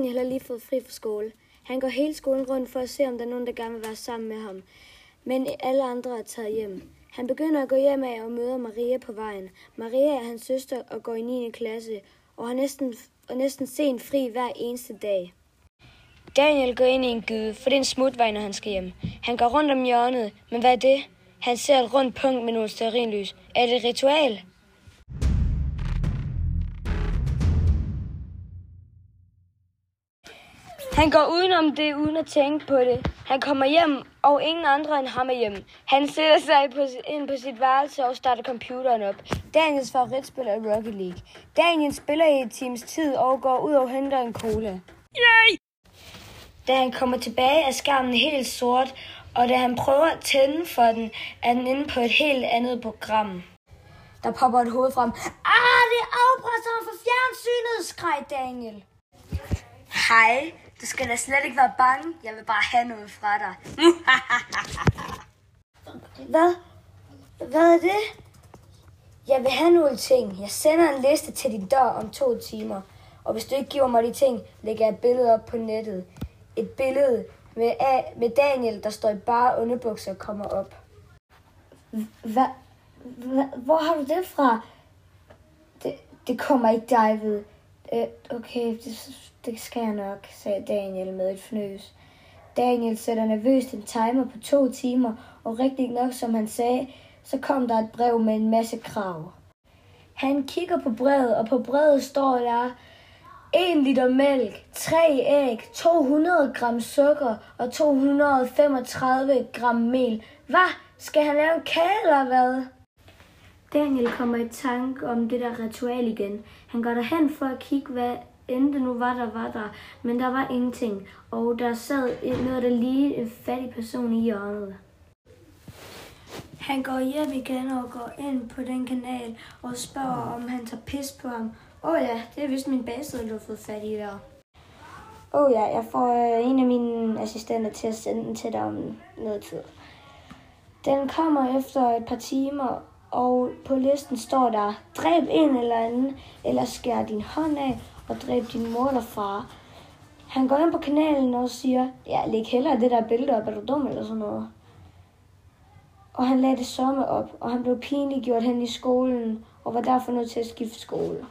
Daniel har lige fået fri fra skole. Han går hele skolen rundt for at se, om der er nogen, der gerne vil være sammen med ham. Men alle andre er taget hjem. Han begynder at gå hjem af og møder Maria på vejen. Maria er hans søster og går i 9. klasse, og har næsten sent fri hver eneste dag. Daniel går ind i en gyde, for det er en smutvej, når han skal hjem. Han går rundt om hjørnet, men hvad er det? Han ser et rundt punkt med nogle stearinlys. Er det et ritual? Han går udenom det, uden at tænke på det. Han kommer hjem, og ingen andre end ham er hjemme. Han sætter sig ind på sit værelse og starter computeren op. Daniels favoritspil er Rocket League. Daniel spiller i et times tid og går ud og henter en cola. Yay! Da han kommer tilbage, er skærmen helt sort, og da han prøver at tænde for den, er den inde på et helt andet program. Der popper et hoved frem. Det er afpresseren for fjernsynet, skreg Daniel. Hej, du skal da slet ikke være bange. Jeg vil bare have noget fra dig. Hvad er det? Jeg vil have nogle ting. Jeg sender en liste til din dør om 2 timer. Og hvis du ikke giver mig de ting, lægger jeg et billede op på nettet. Et billede med Daniel, der står i bare underbukser og kommer op. Hvor har du det fra? Det kommer ikke dig ved. Okay, det skal jeg nok, sagde Daniel med et fnøs. Daniel sætter nervøst en timer på 2 timer, og rigtigt nok, som han sagde, så kom der et brev med en masse krav. Han kigger på brevet, og på brevet står der 1 liter mælk, 3 æg, 200 gram sukker og 235 gram mel. Hvad? Skal han lave en kage eller hvad? Daniel kommer i tanke om det der ritual igen. Han går derhen for at kigge, hvad end det nu var der, men der var ingenting, og der sad noget, der lignede en fattig person i hjørnet. Han går hjem igen og går ind på den kanal og spørger, om han tager pis på ham. Ja, det er vist min base, du har fået fat i der. Ja, jeg får en af mine assistenter til at sende den til dig om noget tid. Den kommer efter et par timer, og på listen står der, dræb en eller anden, eller skær din hånd af, og dræb din mor eller far. Han går ind på kanalen og siger, læg hellere det der billede op, er du dum eller sådan noget. Og han lagde det somme op, og han blev pinligt gjort hen i skolen, og var derfor nødt til at skifte skole.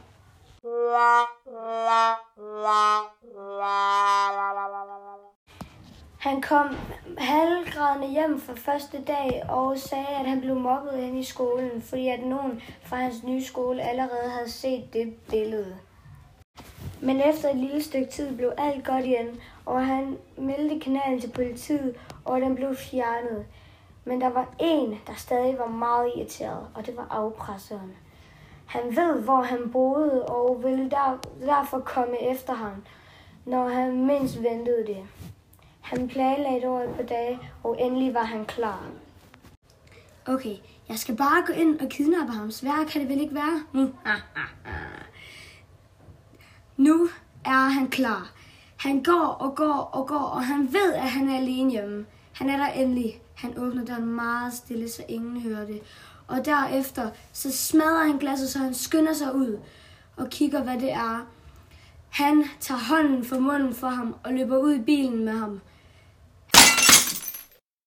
Han kom halvgrædende hjem for første dag og sagde, at han blev mobbet hen i skolen, fordi at nogen fra hans nye skole allerede havde set det billede. Men efter et lille stykke tid blev alt godt igen, og han meldte kanalen til politiet, og den blev fjernet. Men der var en, der stadig var meget irriteret, og det var afpresseren. Han ved, hvor han boede, og ville derfor komme efter ham, når han mindst ventede det. Han planlagde over et par dage, og endelig var han klar. Okay, jeg skal bare gå ind og kidnappe ham. Sværere kan det vel ikke være? Nu er han klar. Han går, og han ved, at han er alene hjemme. Han er der endelig. Han åbner døren meget stille, så ingen hører det. Og derefter så smadrer han glasset, så han skynder sig ud og kigger, hvad det er. Han tager hånden for munden for ham og løber ud i bilen med ham.